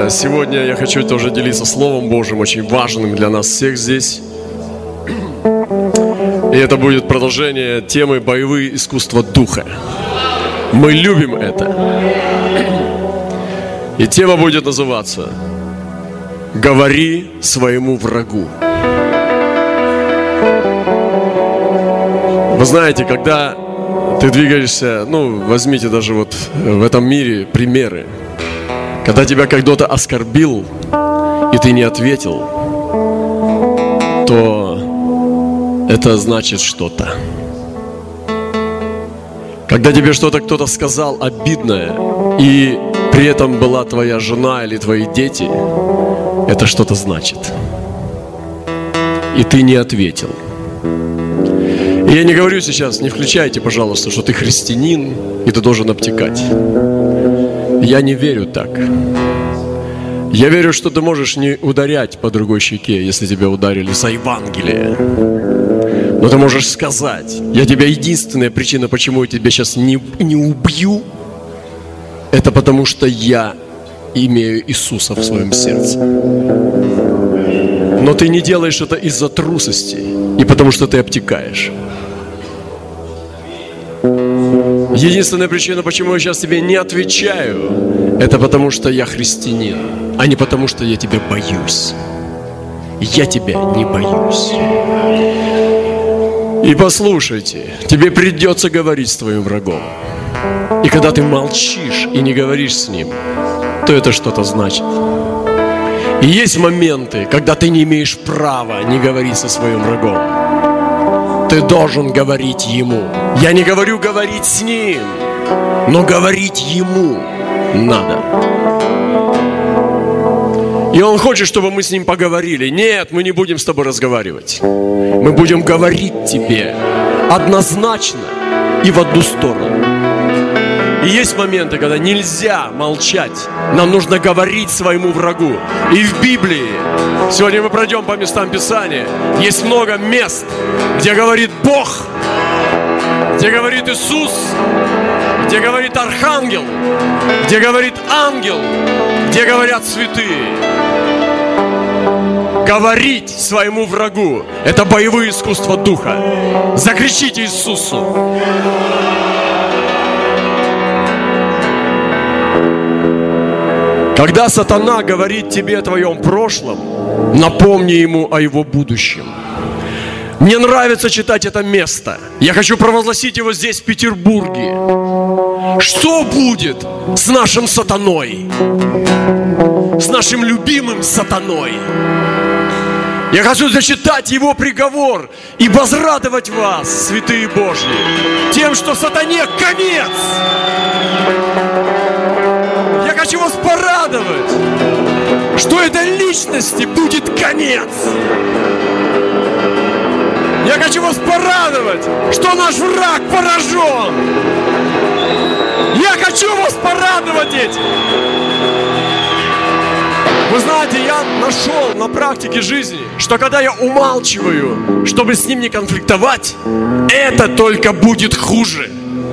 Сегодня я хочу тоже делиться Словом Божьим, очень важным для нас всех здесь. И это будет продолжение темы «Боевые искусства Духа». Мы любим это. И тема будет называться «Говори своему врагу». Вы знаете, когда ты двигаешься, возьмите даже вот в этом мире примеры. Когда тебя кто-то оскорбил, и ты не ответил, то это значит что-то. Когда тебе что-то кто-то сказал обидное, и при этом была твоя жена или твои дети, это что-то значит. И ты не ответил. И я не говорю сейчас, не включайте, пожалуйста, что ты христианин, и ты должен обтекать. Я не верю так. Я верю, что ты можешь не ударять по другой щеке, если тебя ударили за Евангелие. Но ты можешь сказать: я тебя, единственная причина, почему я тебя сейчас не убью, это потому что я имею Иисуса в своем сердце. Но ты не делаешь это из-за трусости и потому что ты обтекаешь. Единственная причина, почему я сейчас тебе не отвечаю, это потому что я христианин, а не потому что я тебя боюсь. Я тебя не боюсь. И послушайте, тебе придется говорить с твоим врагом. И когда ты молчишь и не говоришь с ним, то это что-то значит. И есть моменты, когда ты не имеешь права не говорить со своим врагом. Ты должен говорить ему. Я не говорю говорить с ним, но говорить ему надо. И он хочет, чтобы мы с ним поговорили. Нет, мы не будем с тобой разговаривать. Мы будем говорить тебе однозначно и в одну сторону. И есть моменты, когда нельзя молчать. Нам нужно говорить своему врагу. И в Библии, сегодня мы пройдем по местам Писания, есть много мест, где говорит Бог, где говорит Иисус, где говорит Архангел, где говорит ангел, где говорят святые. Говорить своему врагу – это боевые искусства Духа. Закричите Иисусу. Когда сатана говорит тебе о твоем прошлом, напомни ему о его будущем. Мне нравится читать это место. Я хочу провозгласить его здесь, в Петербурге. Что будет с нашим сатаной? С нашим любимым сатаной? Я хочу зачитать его приговор и возрадовать вас, святые Божьи, тем, что сатане конец. Я хочу вас порадовать, что этой личности будет конец. Я хочу вас порадовать, что наш враг поражен. Я хочу вас порадовать этим. Вы знаете, я нашел на практике жизни, что когда я умалчиваю, чтобы с ним не конфликтовать, это только будет хуже.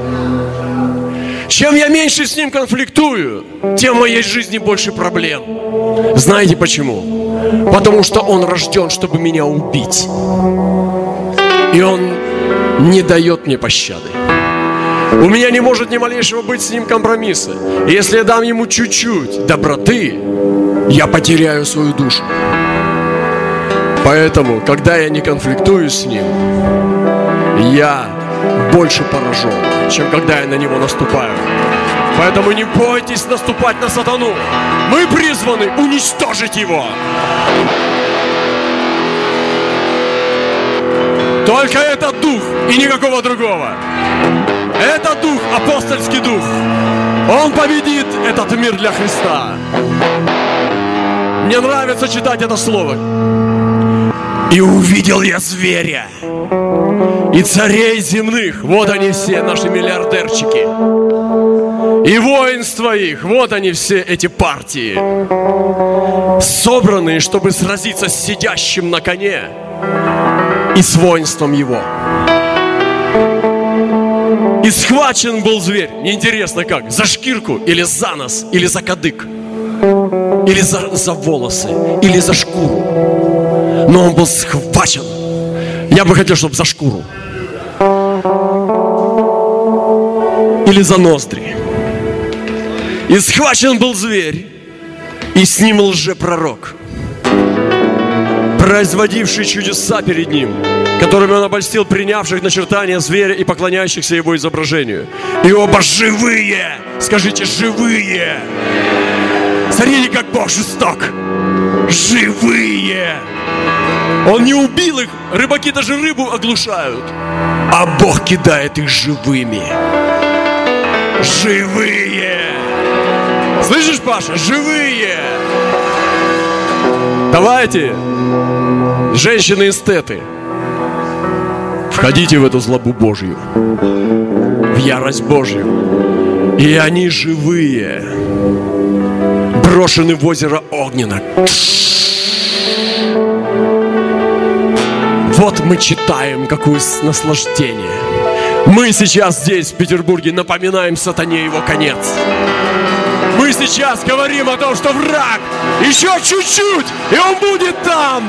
Чем я меньше с ним конфликтую, тем в моей жизни больше проблем. Знаете почему? Потому что он рожден, чтобы меня убить. И он не дает мне пощады. У меня не может ни малейшего быть с ним компромисса. И если я дам ему чуть-чуть доброты, я потеряю свою душу. Поэтому, когда я не конфликтую с ним, я больше поражен, чем когда я на него наступаю. Поэтому не бойтесь наступать на сатану. Мы призваны уничтожить его. Только этот дух и никакого другого. Это дух, апостольский дух. Он победит этот мир для Христа. Мне нравится читать это слово. И увидел я зверя и царей земных. Вот они все, наши миллиардерчики. И воинство их. Вот они все, эти партии. Собранные, чтобы сразиться с сидящим на коне и с воинством его. И схвачен был зверь, неинтересно как, за шкирку или за нос, или за кадык. или за волосы, или за шкуру. Но он был схвачен. Я бы хотел, чтобы за шкуру. Или за ноздри. И схвачен был зверь, и с ним лжепророк, производивший чудеса перед ним, которыми он обольстил принявших начертания зверя и поклоняющихся его изображению. И оба живые, скажите, живые. Смотрите, как Бог жесток. Живые. Он не убил их, рыбаки даже рыбу оглушают, а Бог кидает их живыми. Живые. Слышишь, Паша? Живые. Давайте, женщины-эстеты, входите в эту злобу Божью, в ярость Божью. И они живые, брошены в озеро огненно. Вот мы читаем, какое наслаждение. Мы сейчас здесь, в Петербурге, напоминаем сатане его конец. Мы сейчас говорим о том, что враг еще чуть-чуть, и он будет там.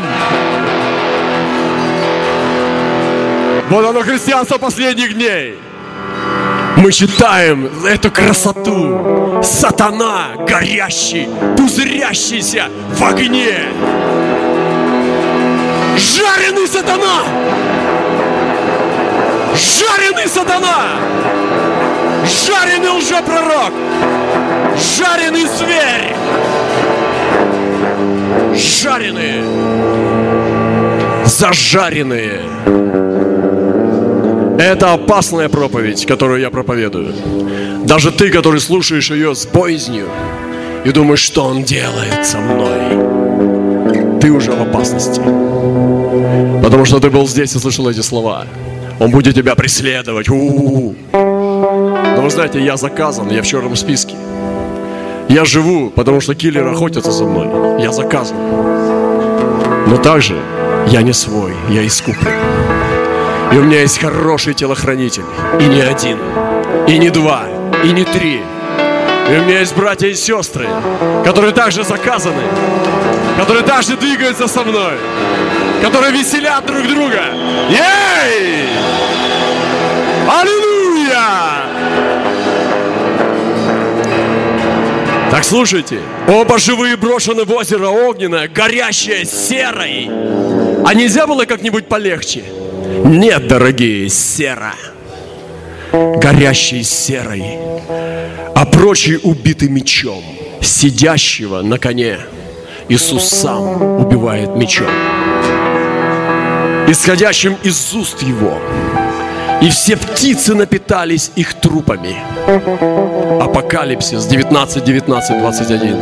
Вот оно, христианство последних дней. Мы читаем эту красоту. Сатана, горящий, пузырящийся в огне. Жареный сатана! Жареный сатана! Жареный лжепророк! Жареный зверь! Жареные! Зажаренные! Это опасная проповедь, которую я проповедую. Даже ты, который слушаешь ее с боязнью и думаешь, что он делает со мной, ты уже в опасности. Потому что ты был здесь и слышал эти слова. Он будет тебя преследовать. Но вы знаете, я заказан, я в черном списке. Я живу, потому что киллеры охотятся за мной. Я заказан. Но также я не свой, я искуплен. И у меня есть хороший телохранитель. И не один, и не два, и не три. И у меня есть братья и сестры, которые также заказаны, которые также двигаются со мной, которые веселят друг друга. Ей! Аллилуйя! Так слушайте, оба живые брошены в озеро огненное, горящее серой. А нельзя было как-нибудь полегче? Нет, дорогие, сера. Горящей серой. А прочие убиты мечом. Сидящего на коне Иисус сам убивает мечом, исходящим из уст его. И все птицы напитались их трупами. Апокалипсис 19, 19, 21.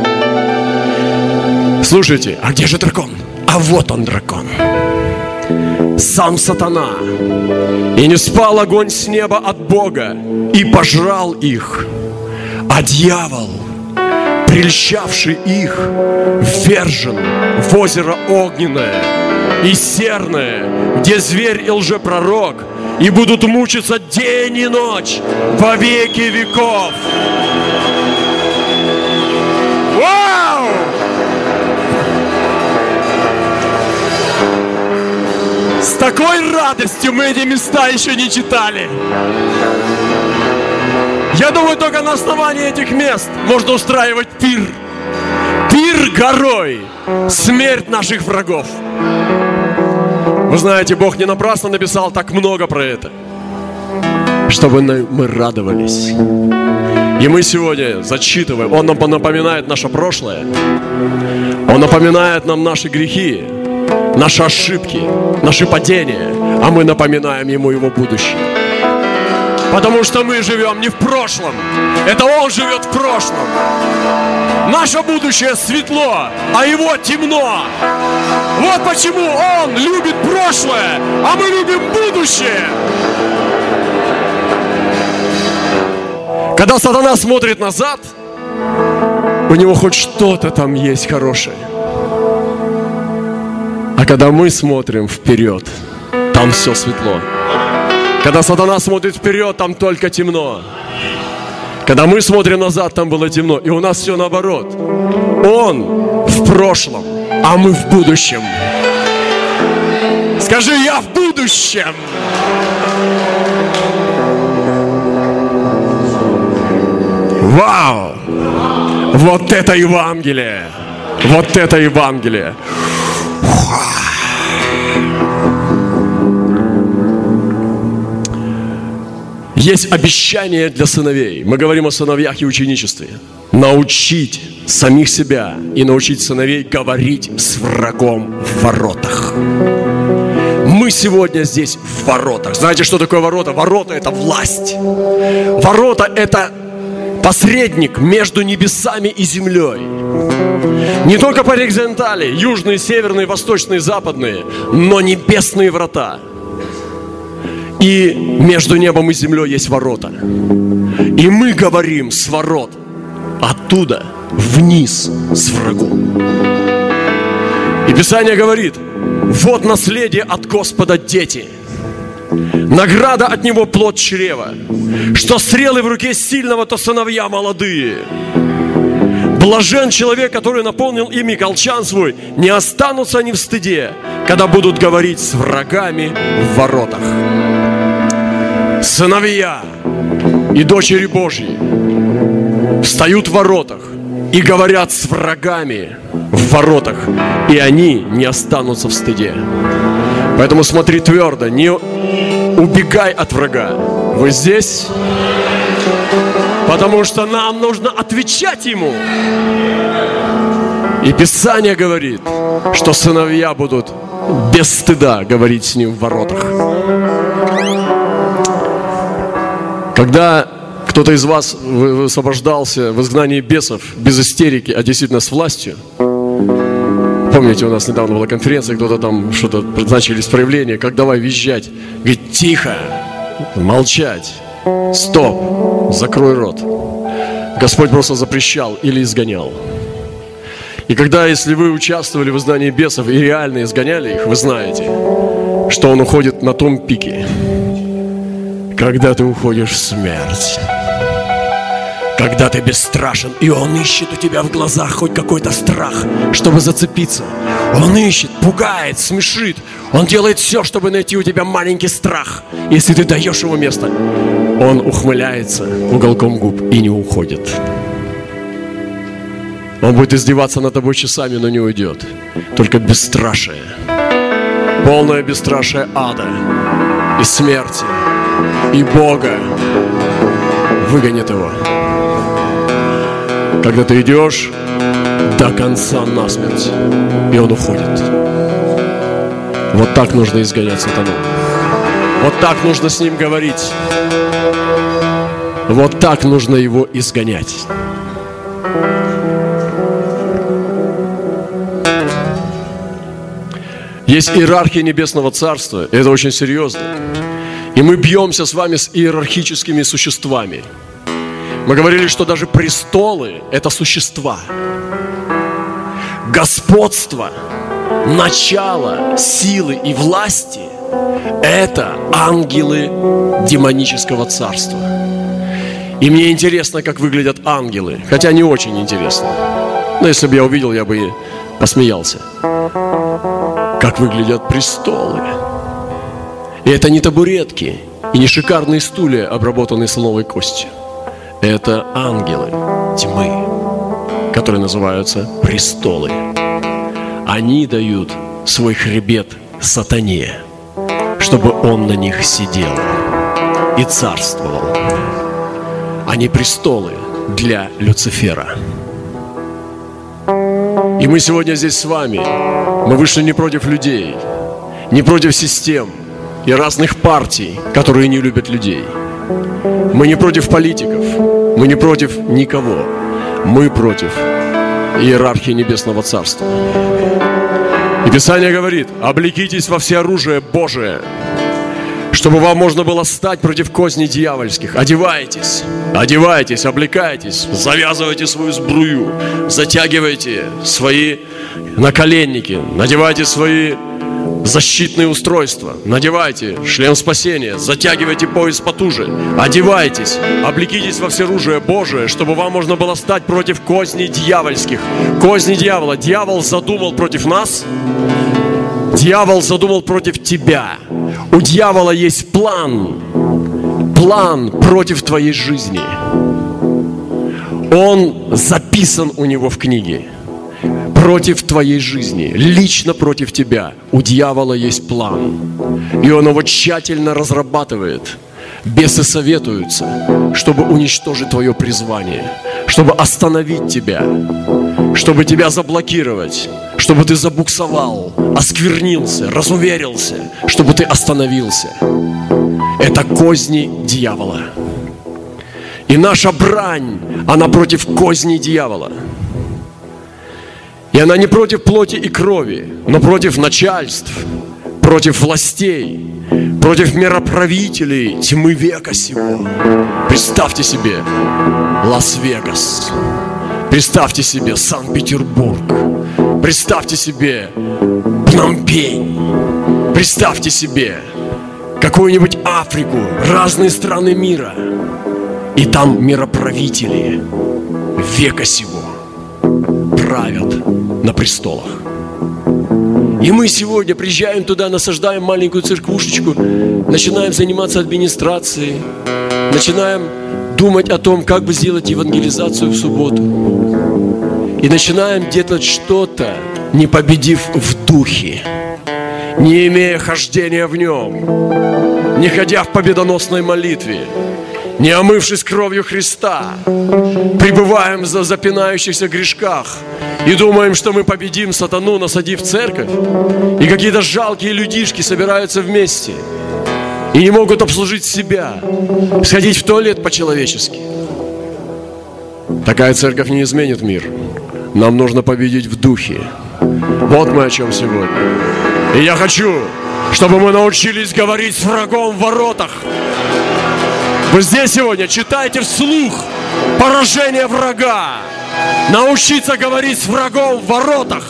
Слушайте, а где же дракон? А вот он, дракон. Сам сатана. И не спал огонь с неба от Бога, и пожрал их. А дьявол, прельщавший их, ввержен в озеро огненное и серное, где зверь и лжепророк, и будут мучиться день и ночь во веки веков. Вау! С такой радостью мы эти места еще не читали. Я думаю, только на основании этих мест можно устраивать пир. Пир горой. Смерть наших врагов. Вы знаете, Бог не напрасно написал так много про это, чтобы мы радовались. И мы сегодня зачитываем. Он нам напоминает наше прошлое. Он напоминает нам наши грехи, наши ошибки, наши падения. А мы напоминаем Ему Его будущее. Потому что мы живем не в прошлом. Это Он живет в прошлом. Наше будущее светло, а Его темно. Вот почему Он любит прошлое, а мы любим будущее. Когда сатана смотрит назад, у него хоть что-то там есть хорошее. А когда мы смотрим вперед, там все светло. Когда сатана смотрит вперед, там только темно. Когда мы смотрим назад, там было темно. И у нас все наоборот. Он в прошлом, а мы в будущем. Скажи, я в будущем. Вау! Вот это Евангелие! Вот это Евангелие! Есть обещание для сыновей. Мы говорим о сыновьях и ученичестве. Научить самих себя и научить сыновей говорить с врагом в воротах. Мы сегодня здесь в воротах. Знаете, что такое ворота? Ворота – это власть. Ворота – это посредник между небесами и землей. Не только по горизонтали, южные, северные, восточные, западные, но небесные врата. И между небом и землей есть ворота. И мы говорим с ворот оттуда вниз с врагом. И Писание говорит: вот наследие от Господа дети, награда от Него плод чрева, что стрелы в руке сильного, то сыновья молодые. Блажен человек, который наполнил ими колчан свой, не останутся они в стыде, когда будут говорить с врагами в воротах. Сыновья и дочери Божьи встают в воротах и говорят с врагами в воротах, и они не останутся в стыде. Поэтому смотри твердо, не убегай от врага. Вы здесь? Потому что нам нужно отвечать ему. И Писание говорит, что сыновья будут без стыда говорить с ним в воротах. Когда кто-то из вас высвобождался в изгнании бесов без истерики, а действительно с властью, помните, у нас недавно была конференция, кто-то там что-то, начались проявления, как давай визжать. Говорит, тихо, молчать, стоп, закрой рот. Господь просто запрещал или изгонял. И когда, если вы участвовали в изгнании бесов и реально изгоняли их, вы знаете, что он уходит на том пике, когда ты уходишь в смерть. Когда ты бесстрашен, и он ищет у тебя в глазах хоть какой-то страх, чтобы зацепиться. Он ищет, пугает, смешит. Он делает все, чтобы найти у тебя маленький страх. Если ты даешь ему место, он ухмыляется уголком губ и не уходит. Он будет издеваться над тобой часами, но не уйдет. Только бесстрашие. Полное бесстрашие ада и смерти, и Бога выгонит его. Когда ты идешь до конца насмерть, и он уходит. Вот так нужно изгонять сатану. Вот так нужно с ним говорить. Вот так нужно его изгонять. Есть иерархия Небесного Царства, и это очень серьезно. И мы бьемся с вами с иерархическими существами. Мы говорили, что даже престолы – это существа. Господство, начало, силы и власти – это ангелы демонического царства. И мне интересно, как выглядят ангелы, хотя не очень интересно. Но если бы я увидел, я бы и посмеялся. Как выглядят престолы. И это не табуретки, и не шикарные стулья, обработанные слоновой костью. Это ангелы тьмы, которые называются престолы. Они дают свой хребет сатане, чтобы он на них сидел и царствовал. Они престолы для Люцифера. И мы сегодня здесь с вами. Мы вышли не против людей, не против систем и разных партий, которые не любят людей. Мы не против политиков, мы не против никого. Мы против иерархии Небесного Царства. И Писание говорит: облекитесь во всеоружие Божие, чтобы вам можно было стать против козней дьявольских. Одевайтесь, одевайтесь, облекайтесь, завязывайте свою сбрую, затягивайте свои наколенники, надевайте свои защитные устройства. Надевайте шлем спасения, затягивайте пояс потуже, одевайтесь, облекитесь во всеоружие Божие, чтобы вам можно было стать против козней дьявольских. Козни дьявола. Дьявол задумал против нас, дьявол задумал против тебя. У дьявола есть план против твоей жизни. Он записан у него в книге. Против твоей жизни, лично против тебя. У дьявола есть план. И он его тщательно разрабатывает. Бесы советуются, чтобы уничтожить твое призвание, чтобы остановить тебя, чтобы тебя заблокировать, чтобы ты забуксовал, осквернился, разуверился, чтобы ты остановился. Это козни дьявола. И наша брань, она против козней дьявола. И она не против плоти и крови, но против начальств, против властей, против мироправителей тьмы века сего. Представьте себе Лас-Вегас, представьте себе Санкт-Петербург, представьте себе Пномпень, представьте себе какую-нибудь Африку, разные страны мира. И там мироправители века сего правят на престолах. И мы сегодня приезжаем туда, насаждаем маленькую церквушечку, начинаем заниматься администрацией, начинаем думать о том, как бы сделать евангелизацию в субботу. И начинаем делать что-то, не победив в духе, не имея хождения в нем, не ходя в победоносной молитве, не омывшись кровью Христа, пребываем в запинающихся грешках и думаем, что мы победим сатану, насадив церковь, и какие-то жалкие людишки собираются вместе и не могут обслужить себя, сходить в туалет по-человечески. Такая церковь не изменит мир. Нам нужно победить в духе. Вот мы о чем сегодня. И я хочу, чтобы мы научились говорить с врагом в воротах. Вы здесь сегодня читайте вслух поражение врага. Научиться говорить с врагом в воротах.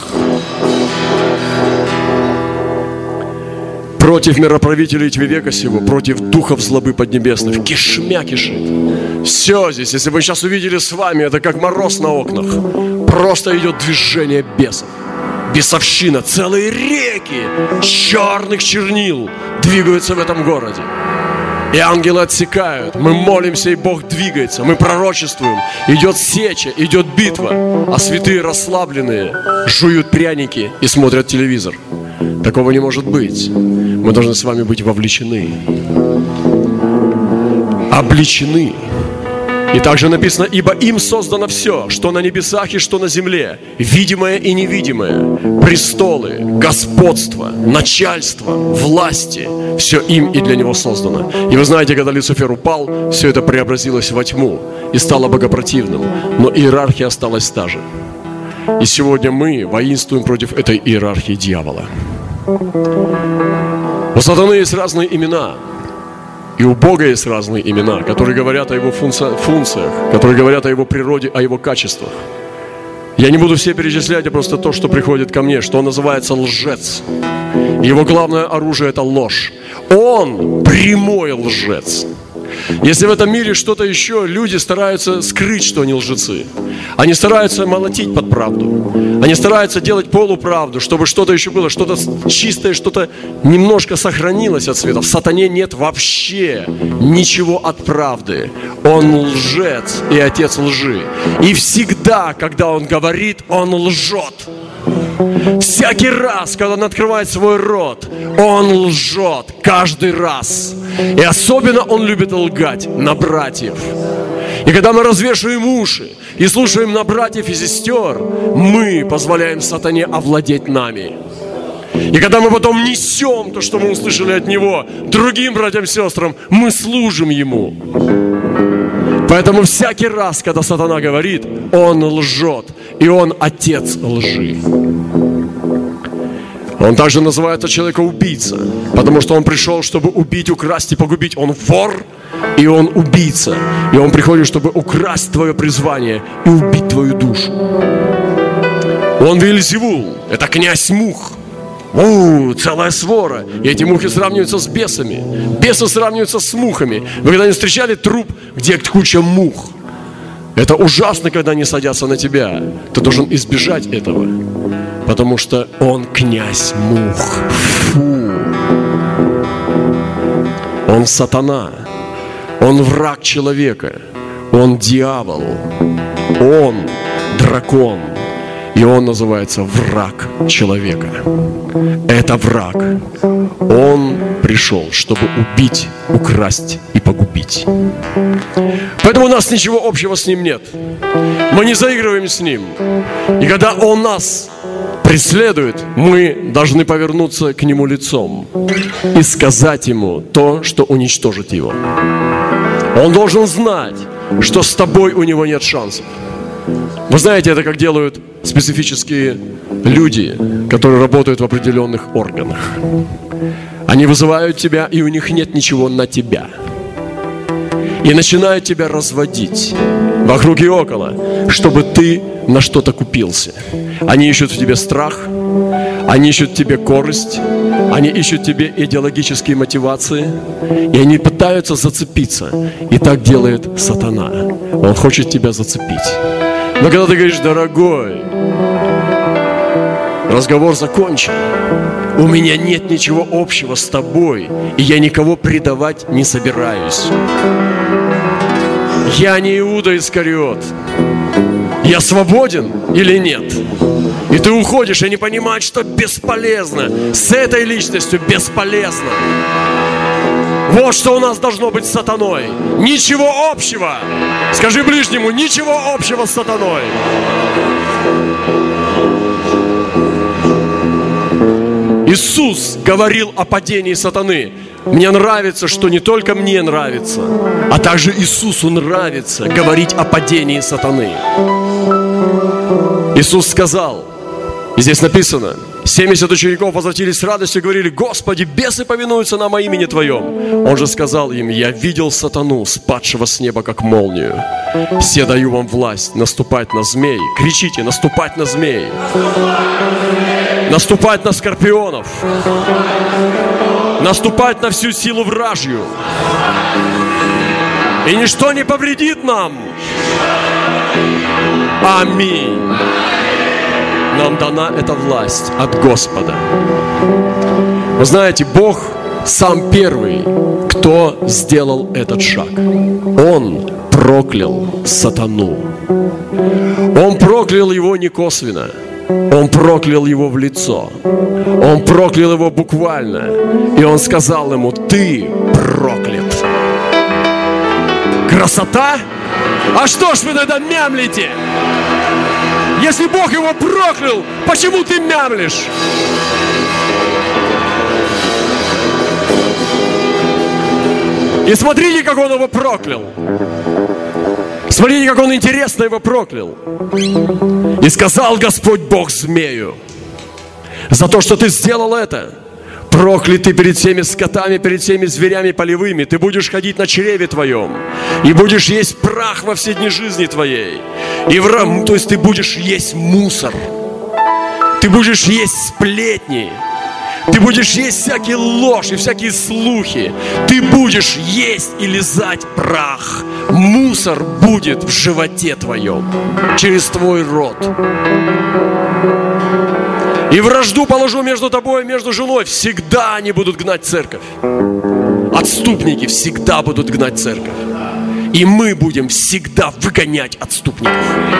Против мироправителей тьмы века сего, против духов злобы поднебесных. Кишмя кишит. Все здесь, если вы сейчас увидели с вами, это как мороз на окнах. Просто идет движение бесов. Бесовщина, целые реки черных чернил двигаются в этом городе. И ангелы отсекают, мы молимся, и Бог двигается, мы пророчествуем, идет сеча, идет битва, а святые расслабленные жуют пряники и смотрят телевизор. Такого не может быть. Мы должны с вами быть вовлечены, облечены. И также написано: ибо им создано все, что на небесах и что на земле, видимое и невидимое, престолы, господство, начальство, власти, все им и для него создано. И вы знаете, когда Люцифер упал, все это преобразилось во тьму и стало богопротивным, но иерархия осталась та же. И сегодня мы воинствуем против этой иерархии дьявола. У сатаны есть разные имена. И у Бога есть разные имена, которые говорят о Его функциях, которые говорят о Его природе, о Его качествах. Я не буду все перечислять, а просто то, что приходит ко мне, что Он называется лжец. Его главное оружие – это ложь. Он прямой лжец. Если в этом мире что-то еще, люди стараются скрыть, что они лжецы. Они стараются молотить под правду. Они стараются делать полуправду, чтобы что-то еще было, что-то чистое, что-то немножко сохранилось от света. В сатане нет вообще ничего от правды. Он лжец и отец лжи. И всегда, когда он говорит, он лжет. Всякий раз, когда он открывает свой рот, он лжет каждый раз. И особенно он любит лгать на братьев. И когда мы развешиваем уши и слушаем на братьев и сестер, мы позволяем сатане овладеть нами. И когда мы потом несем то, что мы услышали от него, другим братьям и сестрам, мы служим ему. Поэтому всякий раз, когда сатана говорит, он лжет, и он отец лжи. Он также называется человека-убийца, потому что он пришел, чтобы убить, украсть и погубить. Он вор, и он убийца. И он приходит, чтобы украсть твое призвание и убить твою душу. Он Вельзевул, это князь мух. Целая свора. И эти мухи сравниваются с бесами. Бесы сравниваются с мухами. Вы когда-нибудь встречали труп, где куча мух? Это ужасно, когда они садятся на тебя. Ты должен избежать этого. Потому что он князь мух. Фу. Он сатана. Он враг человека. Он дьявол. Он дракон. И он называется враг человека. Это враг. Он пришел, чтобы убить, украсть и погубить. Поэтому у нас ничего общего с ним нет. Мы не заигрываем с ним. И когда он нас преследует, мы должны повернуться к нему лицом и сказать ему то, что уничтожит его. Он должен знать, что с тобой у него нет шансов. Вы знаете, это как делают специфические люди, которые работают в определенных органах. Они вызывают тебя, и у них нет ничего на тебя. И начинают тебя разводить вокруг и около, чтобы ты на что-то купился. Они ищут в тебе страх, они ищут в тебе корысть, они ищут в тебе идеологические мотивации, и они пытаются зацепиться. И так делает сатана. Он хочет тебя зацепить. Но когда ты говоришь: дорогой, разговор закончен, у меня нет ничего общего с тобой, и я никого предавать не собираюсь. Я не Иуда Искариот. Я свободен или нет? И ты уходишь и не понимаешь, что бесполезно. С этой личностью бесполезно. Вот что у нас должно быть с сатаной. Ничего общего. Скажи ближнему: ничего общего с сатаной. Иисус говорил о падении сатаны. Мне нравится, что не только мне нравится, а также Иисусу нравится говорить о падении сатаны. Иисус сказал, и здесь написано: 70 учеников возвратились с радостью и говорили: Господи, бесы повинуются нам о имени Твоем. Он же сказал им: я видел сатану, спадшего с неба, как молнию. Се даю вам власть наступать на змей. Кричите: наступать на змей. Наступать на скорпионов. Наступать на всю силу вражью. И ничто не повредит нам. Аминь. Нам дана эта власть от Господа. Вы знаете, Бог сам первый, кто сделал этот шаг. Он проклял сатану. Он проклял его не косвенно. Он проклял его в лицо. Он проклял его буквально. И он сказал ему: ты проклят. Красота? А что ж вы тогда мямлите? Если Бог его проклял, почему ты мямлишь? И смотрите, как он его проклял. Смотрите, как он интересно его проклял. И сказал Господь Бог змею: за то, что ты сделал это, проклят ты перед всеми скотами, перед всеми зверями полевыми. Ты будешь ходить на чреве твоем, и будешь есть прах во все дни жизни твоей. То есть ты будешь есть мусор. Ты будешь есть сплетни. Ты будешь есть всякие ложь и всякие слухи. Ты будешь есть и лизать прах. Мусор будет в животе твоем, через твой рот. И вражду положу между тобой и между женой. Всегда они будут гнать церковь. Отступники всегда будут гнать церковь. И мы будем всегда выгонять отступников.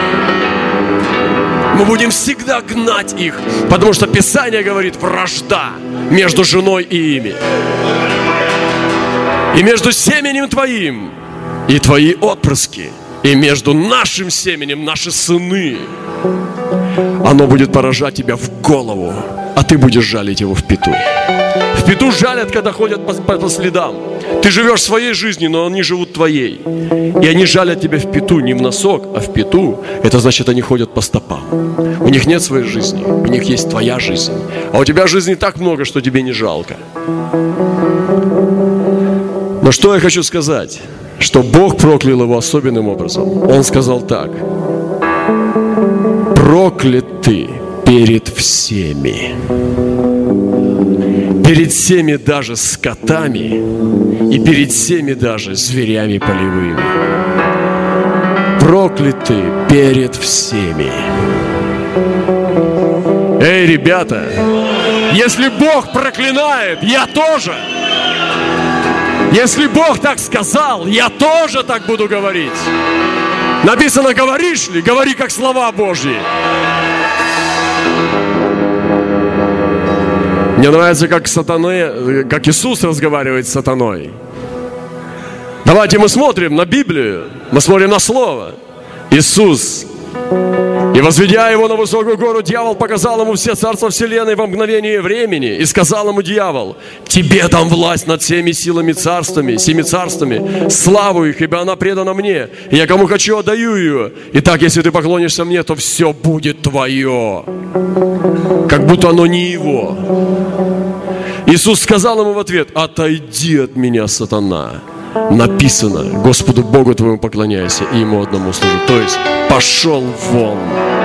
Мы будем всегда гнать их, потому что Писание говорит: вражда между женой и ими. И между семенем твоим и твои отпрыски. И между нашим семенем наши сыны. Оно будет поражать тебя в голову, а ты будешь жалить его в пяту. В пяту жалят, когда ходят по следам. Ты живешь своей жизнью, но они живут твоей. И они жалят тебя в пяту, не в носок, а в пяту. Это значит, они ходят по стопам. У них нет своей жизни, у них есть твоя жизнь. А у тебя жизни так много, что тебе не жалко. Но что я хочу сказать? Что Бог проклял его особенным образом. Он сказал так: проклят ты перед всеми. перед всеми даже скотами и перед всеми даже зверями полевыми. Прокляты перед всеми. Эй, ребята, если Бог проклинает, я тоже. Если Бог так сказал, я тоже так буду говорить. Написано, говоришь ли, говори как слова Божьи. Мне нравится, как Иисус разговаривает с сатаной. Давайте мы смотрим на Библию, мы смотрим на Слово. Иисус. И возведя его на высокую гору, дьявол показал ему все царства вселенной во мгновение времени. И сказал ему дьявол: тебе дам власть над всеми силами царствами, семи царствами, славу их, ибо она предана мне. И я кому хочу, отдаю ее. Итак, если ты поклонишься мне, то все будет твое. Как будто оно не его. Иисус сказал ему в ответ: отойди от меня, сатана. Написано: Господу Богу твоему поклоняйся и Ему одному служи. То есть, пошел вон.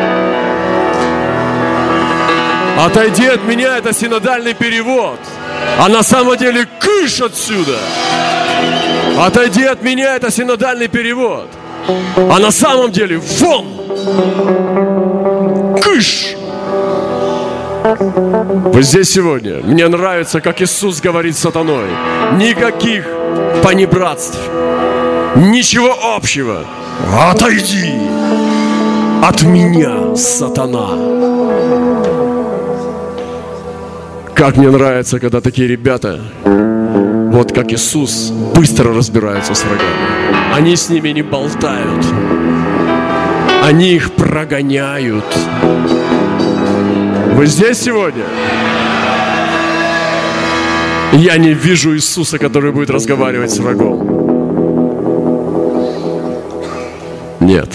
Отойди от меня — это синодальный перевод. А на самом деле кыш отсюда. Отойди от меня — это синодальный перевод. А на самом деле вон. Кыш. Вы здесь сегодня. Мне нравится, как Иисус говорит с сатаной. Никаких понебратств. Ничего общего. Отойди от меня, сатана. Как мне нравится, когда такие ребята, вот как Иисус, быстро разбираются с врагами. Они с ними не болтают. Они их прогоняют. Вы здесь сегодня? Я не вижу Иисуса, который будет разговаривать с врагом. Нет.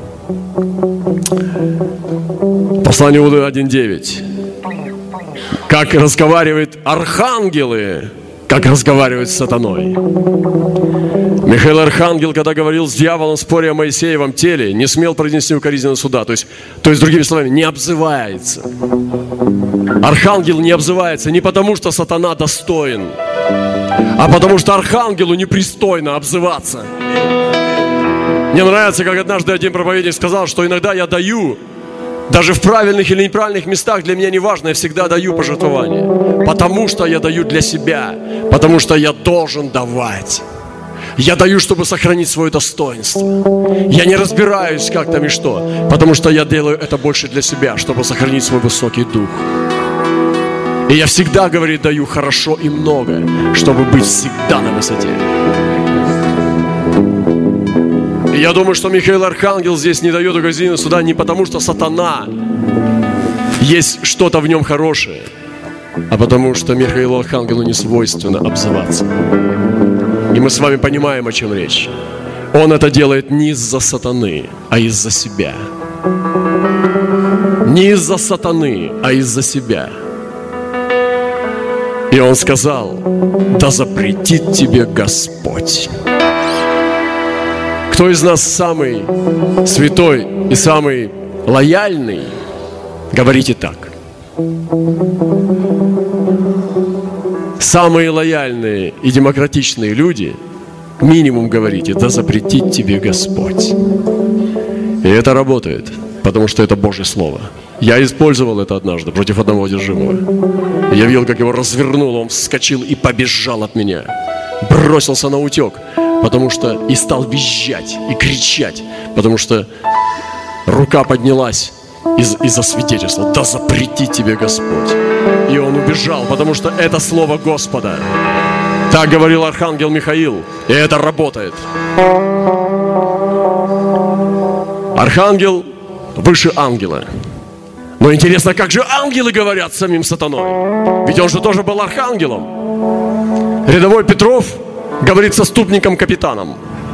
Послание Иуды 1:9. Как разговаривают архангелы, как разговаривают с сатаной. Михаил Архангел, когда говорил с дьяволом в споре о Моисеевом теле, не смел произнести укоризненного суда. То есть, другими словами, не обзывается. Архангел не обзывается не потому, что сатана достоин, а потому что архангелу непристойно обзываться. Мне нравится, как однажды один проповедник сказал, что иногда я даю, даже в правильных или неправильных местах, для меня не важно, я всегда даю пожертвования. Потому что я даю для себя, потому что я должен давать. Я даю, чтобы сохранить свое достоинство. Я не разбираюсь, как там и что, потому что я делаю это больше для себя, чтобы сохранить свой высокий дух. И я всегда, говорит, даю хорошо и много, чтобы быть всегда на высоте. И я думаю, что Михаил Архангел здесь не дает указания суда не потому, что сатана есть что-то в нем хорошее, а потому что Михаилу Архангелу не свойственно обзываться. И мы с вами понимаем, о чем речь. Он это делает не из-за сатаны, а из-за себя. Не из-за сатаны, а из-за себя. И он сказал: да запретит тебе Господь. Кто из нас самый святой и самый лояльный? Говорите так. Самые лояльные и демократичные люди минимум говорите: да запретит тебе Господь. И это работает, потому что это Божье Слово. Я использовал это однажды против одного одержимого. Я видел, как его развернуло, он вскочил и побежал от меня. Бросился на утек, потому что и стал визжать и кричать, потому что рука поднялась из-за свидетельства. Да запрети тебе Господь. И он убежал, потому что это слово Господа. Так говорил архангел Михаил, и это работает. Архангел выше ангела. Но интересно, как же ангелы говорят с самим сатаной? Ведь он же тоже был архангелом. Рядовой Петров говорит со ступником-капитаном.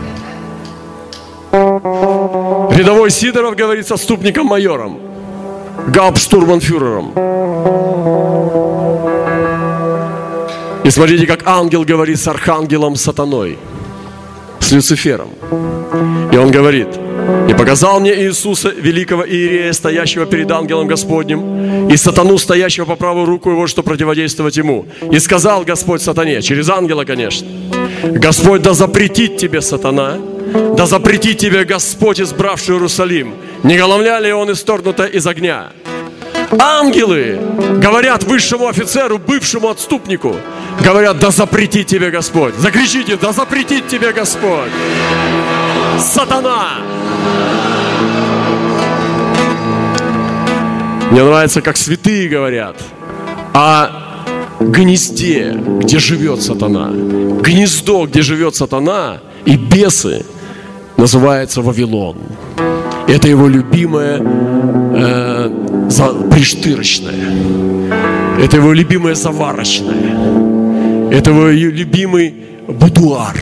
Рядовой Сидоров говорит со ступником-майором, гауптштурманфюрером. И смотрите, как ангел говорит с архангелом сатаной. с Люцифером. И он говорит: «И показал мне Иисуса, великого Иерея, стоящего перед ангелом Господним, и сатану, стоящего по правую руку его, что противодействовать ему. И сказал Господь сатане», через ангела, конечно: «Господь да запретит тебе, сатана, да запретит тебе Господь, избравший Иерусалим. Не головня ли он исторгнута из огня?» Ангелы говорят высшему офицеру, бывшему отступнику, говорят: «Да запретит тебе Господь». Закричите: «Да запретит тебе Господь, сатана!» Мне нравится, как святые говорят о гнезде, где живет сатана. Гнездо, где живет сатана и бесы, называется Вавилон. Это его любимое приштырочное. Это его любимое заварочное. Это его любимый будуар.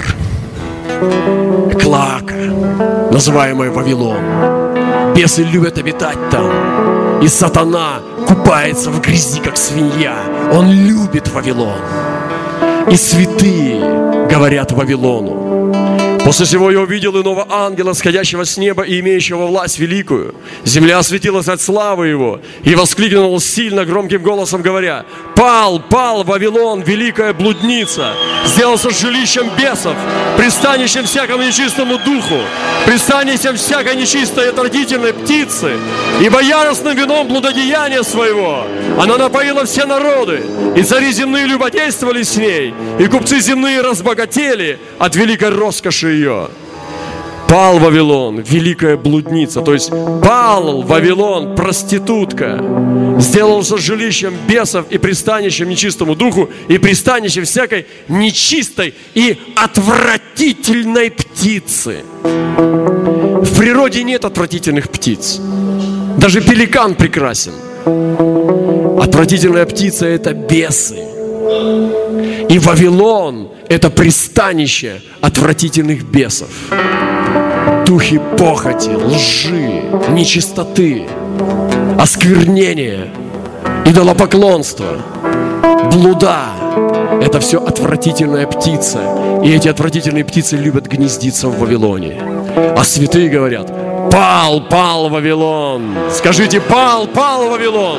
Клоака, называемая Вавилон. Бесы любят обитать там. И сатана купается в грязи, как свинья. Он любит Вавилон. И святые говорят Вавилону. После всего я увидел иного ангела, сходящего с неба и имеющего власть великую. Земля осветилась от славы его, и воскликнул сильно громким голосом, говоря: «Пал, пал Вавилон, великая блудница, сделался жилищем бесов, пристанищем всякому нечистому духу, пристанищем всякой нечистой и отвратительной птицы, ибо яростным вином блудодеяния своего она напоила все народы, и цари земные любодействовали с ней, и купцы земные разбогатели от великой роскоши ее». Пал Вавилон, великая блудница, то есть пал Вавилон, проститутка, сделался жилищем бесов и пристанищем нечистому духу, и пристанищем всякой нечистой и отвратительной птицы. В природе нет отвратительных птиц. Даже пеликан прекрасен. Отвратительная птица – это бесы. И Вавилон – это пристанище отвратительных бесов. Духи похоти, лжи, нечистоты, осквернения, идолопоклонства, блуда – это все отвратительная птица. И эти отвратительные птицы любят гнездиться в Вавилоне. А святые говорят: «Пал, пал Вавилон». Скажите: «Пал, пал Вавилон».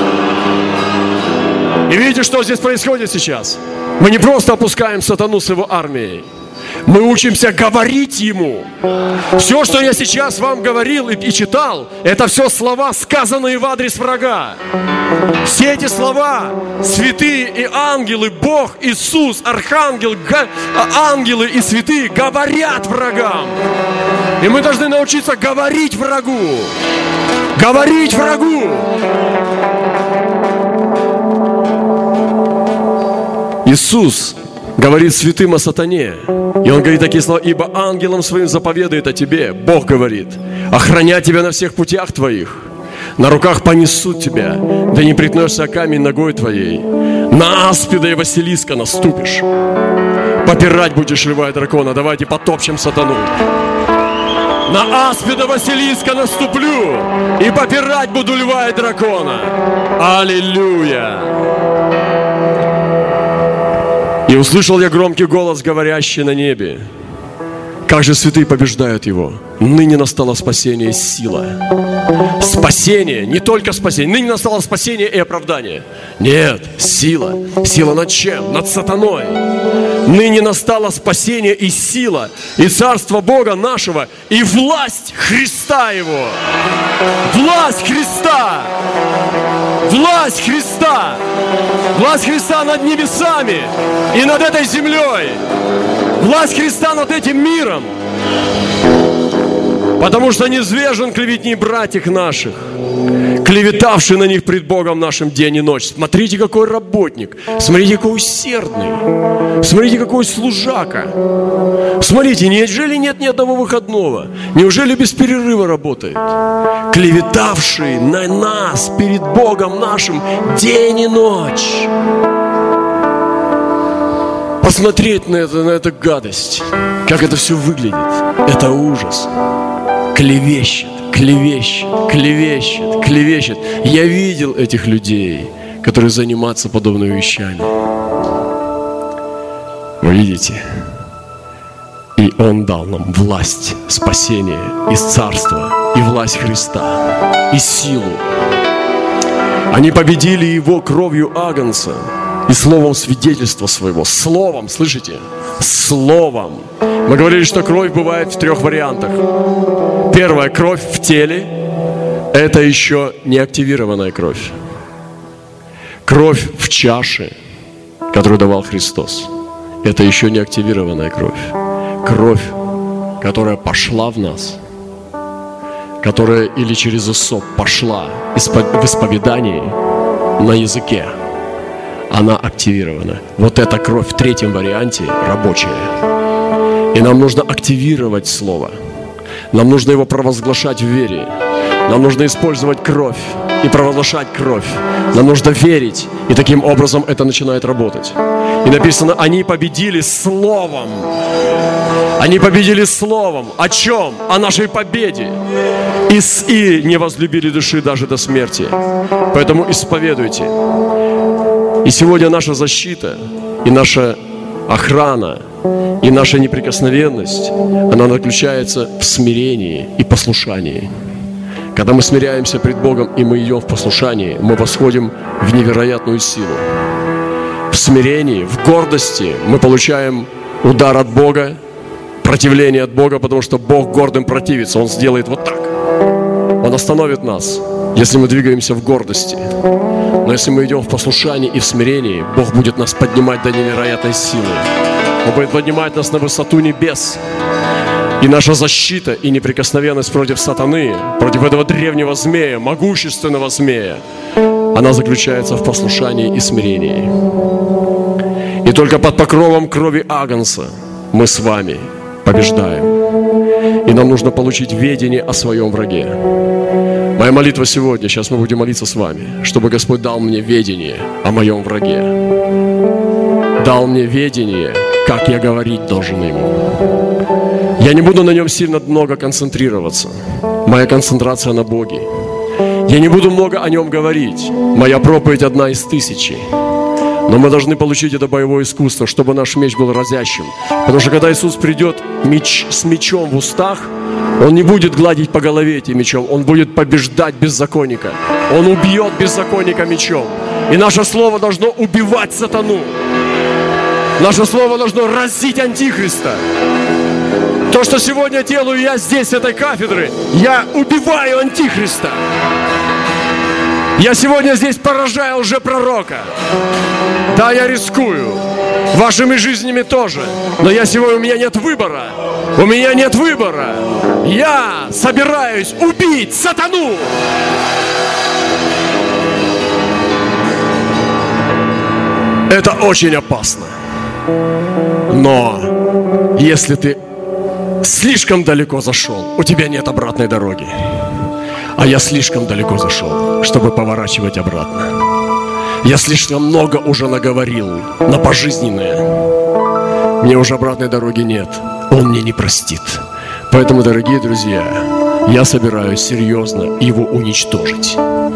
И видите, что здесь происходит сейчас? Мы не просто опускаем сатану с его армией. Мы учимся говорить ему. Все, что я сейчас вам говорил и читал, это все слова, сказанные в адрес врага. Все эти слова, святые и ангелы, Бог, Иисус, архангел, ангелы и святые говорят врагам. И мы должны научиться говорить врагу. Говорить врагу. Иисус говорит святым о сатане. И Он говорит такие слова: «Ибо ангелом своим заповедует о тебе». Бог говорит: «Охранять тебя на всех путях твоих. На руках понесут тебя, да не приткнешься о камень ногой твоей. На аспида и Василиска наступишь. Попирать будешь льва и дракона». Давайте потопчем сатану. На аспида Василиска наступлю, и попирать буду льва и дракона. Аллилуйя! И услышал я громкий голос, говорящий на небе: «Как же святые побеждают его! Ныне настало спасение и сила». Спасение, не только спасение. Ныне настало спасение и оправдание. Нет, сила. Сила над чем? Над сатаной. Ныне настало спасение и сила, и царство Бога нашего, и власть Христа Его. Власть Христа. Власть Христа. Власть Христа над небесами и над этой землей. Власть Христа над этим миром. Потому что низвержен клеветник братьев наших, клеветавший на них пред Богом нашим день и ночь. Смотрите, какой работник, смотрите, какой усердный, смотрите, какой служака. Смотрите, неужели нет ни одного выходного? Неужели без перерыва работает? Клеветавший на нас перед Богом нашим день и ночь. Посмотреть на эту гадость, как это все выглядит, это ужас. Клевещет, клевещет, клевещет, клевещет. Я видел этих людей, которые занимаются подобными вещами. Вы видите? И Он дал нам власть спасения из царства, и власть Христа, и силу. Они победили Его кровью Агнца и словом свидетельства своего. Словом, слышите? Словом. Мы говорили, что кровь бывает в 3 вариантах. Первая кровь в теле – это еще не активированная кровь. Кровь в чаше, которую давал Христос, это еще не активированная кровь. Кровь, которая пошла в нас, которая или через усоп пошла в исповедании на языке, она активирована. Вот эта кровь в 3 варианте рабочая. И нам нужно активировать Слово. Нам нужно его провозглашать в вере. Нам нужно использовать кровь и провозглашать кровь. Нам нужно верить, и таким образом это начинает работать. И написано, они победили Словом. Они победили Словом. О чем? О нашей победе. И не возлюбили души даже до смерти. Поэтому исповедуйте. И сегодня наша защита, и наша охрана, и наша неприкосновенность, она заключается в смирении и послушании. Когда мы смиряемся пред Богом, и мы идем в послушании, мы восходим в невероятную силу. В смирении, в гордости мы получаем удар от Бога, противление от Бога, потому что Бог гордым противится. Он сделает вот так. Он остановит нас, если мы двигаемся в гордости. Но если мы идем в послушании и в смирении, Бог будет нас поднимать до невероятной силы. Он будет поднимать нас на высоту небес. И наша защита и неприкосновенность против сатаны, против этого древнего змея, могущественного змея, она заключается в послушании и смирении. И только под покровом крови Агнца мы с вами побеждаем. И нам нужно получить ведение о своем враге. Моя молитва сегодня, сейчас мы будем молиться с вами, чтобы Господь дал мне ведение о моем враге. Дал мне ведение, как я говорить должен ему. Я не буду на нем сильно много концентрироваться. Моя концентрация на Боге. Я не буду много о нем говорить. Моя проповедь 1 из 1000. Но мы должны получить это боевое искусство, чтобы наш меч был разящим. Потому что когда Иисус придет с мечом в устах, Он не будет гладить по голове этим мечом, Он будет побеждать беззаконника. Он убьет беззаконника мечом. И наше слово должно убивать сатану. Наше слово должно разить антихриста. То, что сегодня делаю я здесь, с этой кафедры, я убиваю антихриста. Я сегодня здесь поражаю лжепророка. Да, я рискую. Вашими жизнями тоже. Но у меня нет выбора. У меня нет выбора. Я собираюсь убить сатану. Это очень опасно. Но если ты слишком далеко зашел, у тебя нет обратной дороги. А я слишком далеко зашел, чтобы поворачивать обратно. Я слишком много уже наговорил на пожизненное. Мне уже обратной дороги нет. Он мне не простит. Поэтому, дорогие друзья, я собираюсь серьезно его уничтожить.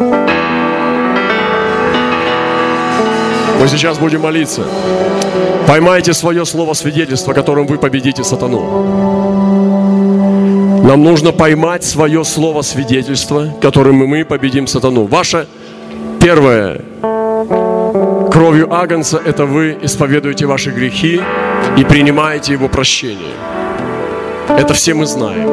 Мы сейчас будем молиться. Поймайте свое слово свидетельства, которым вы победите сатану. Нам нужно поймать свое слово свидетельства, которым мы победим сатану. Ваше первое кровью Агнца – это вы исповедуете ваши грехи и принимаете его прощение. Это все мы знаем.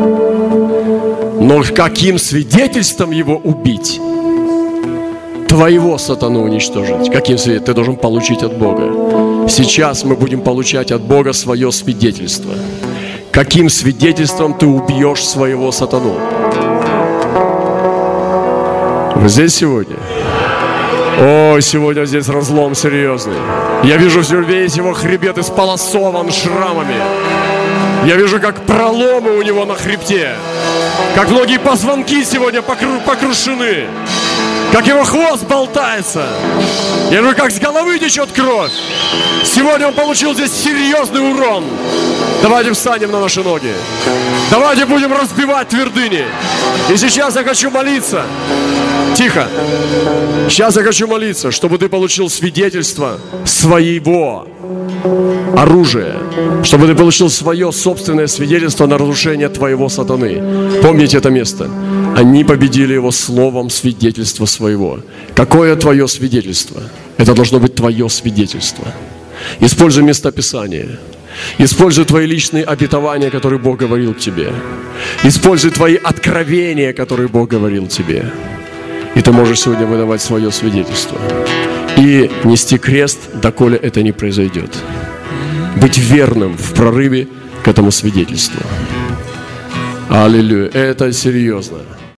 Но каким свидетельством его убить? Твоего сатану уничтожить. Каким свидетельством? Ты должен получить от Бога. Сейчас мы будем получать от Бога свое свидетельство. Каким свидетельством ты убьешь своего сатану? Вы здесь сегодня? Ой, сегодня здесь разлом серьезный. Я вижу весь его хребет исполосован шрамами. Я вижу, как проломы у него на хребте. Как многие позвонки сегодня покрушены. Как его хвост болтается. Я вижу, как с головы течет кровь. Сегодня он получил здесь серьезный урон. Давайте встанем на наши ноги. Давайте будем разбивать твердыни. И сейчас я хочу молиться. Тихо. Сейчас я хочу молиться, чтобы ты получил свидетельство своего оружие, чтобы ты получил свое собственное свидетельство на разрушение твоего сатаны. Помните это место? Они победили его словом свидетельства своего. Какое твое свидетельство? Это должно быть твое свидетельство. Используй местописание. Используй твои личные обетования, которые Бог говорил тебе. Используй твои откровения, которые Бог говорил тебе. И ты можешь сегодня выдавать свое свидетельство. И нести крест, доколе это не произойдет. Быть верным в прорыве к этому свидетельству. Аллилуйя. Это серьезно.